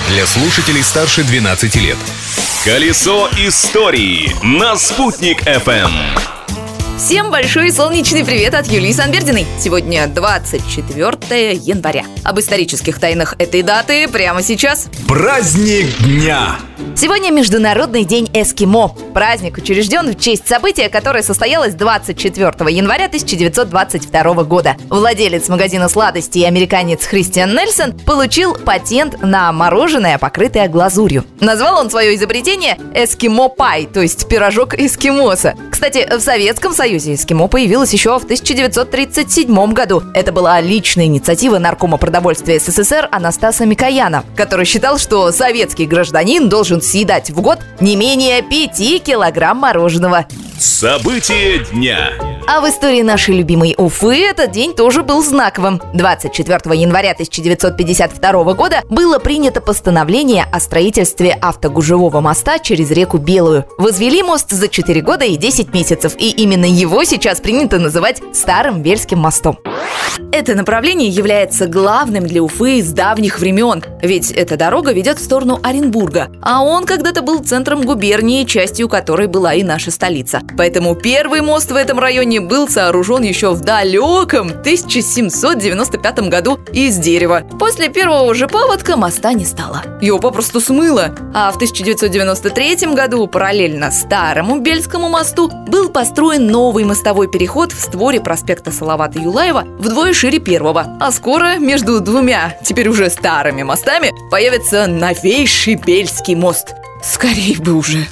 Для слушателей старше 12 лет. Колесо истории на Спутник ФМ. Всем большой солнечный привет от Юлии Санбердиной. Сегодня 24 января. Об исторических тайнах этой даты прямо сейчас. Праздник дня. Сегодня Международный день эскимо. Праздник учрежден в честь события, которое состоялось 24 января 1922 года. Владелец магазина сладостей, американец Христиан Нельсон, получил патент на мороженое, покрытое глазурью. Назвал он свое изобретение эскимо-пай, то есть пирожок эскимоса. Кстати, в Советском Союзе эскимо появилось еще в 1937 году. Это была личная инициатива наркома продовольствия СССР Анастаса Микояна, который считал, что советский гражданин должен съедать в год не менее 5 килограмм мороженого. События дня. А в истории нашей любимой Уфы этот день тоже был знаковым. 24 января 1952 года было принято постановление о строительстве автогужевого моста через реку Белую. Возвели мост за 4 года и 10 месяцев, и именно его сейчас принято называть Старым Бельским мостом. Это направление является главным для Уфы с давних времен, ведь эта дорога ведет в сторону Оренбурга, а он когда-то был центром губернии, частью которой была и наша столица. Поэтому первый мост в этом районе был сооружен еще в далеком 1795 году из дерева. После первого же паводка моста не стало. Его попросту смыло. А в 1993 году параллельно Старому Бельскому мосту был построен новый мостовой переход в створе проспекта Салавата Юлаева вдвое шире первого. А скоро между двумя, теперь уже старыми мостами, появится новейший Бельский мост. Скорей бы уже.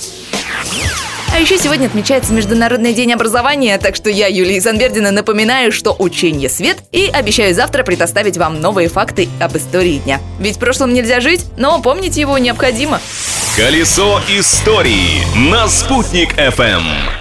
А еще сегодня отмечается Международный день образования, так что я, Юлия Санбердина, напоминаю, что ученье свет, и обещаю завтра предоставить вам новые факты об истории дня. Ведь в прошлом нельзя жить, но помнить его необходимо. Колесо истории на Спутник ФМ.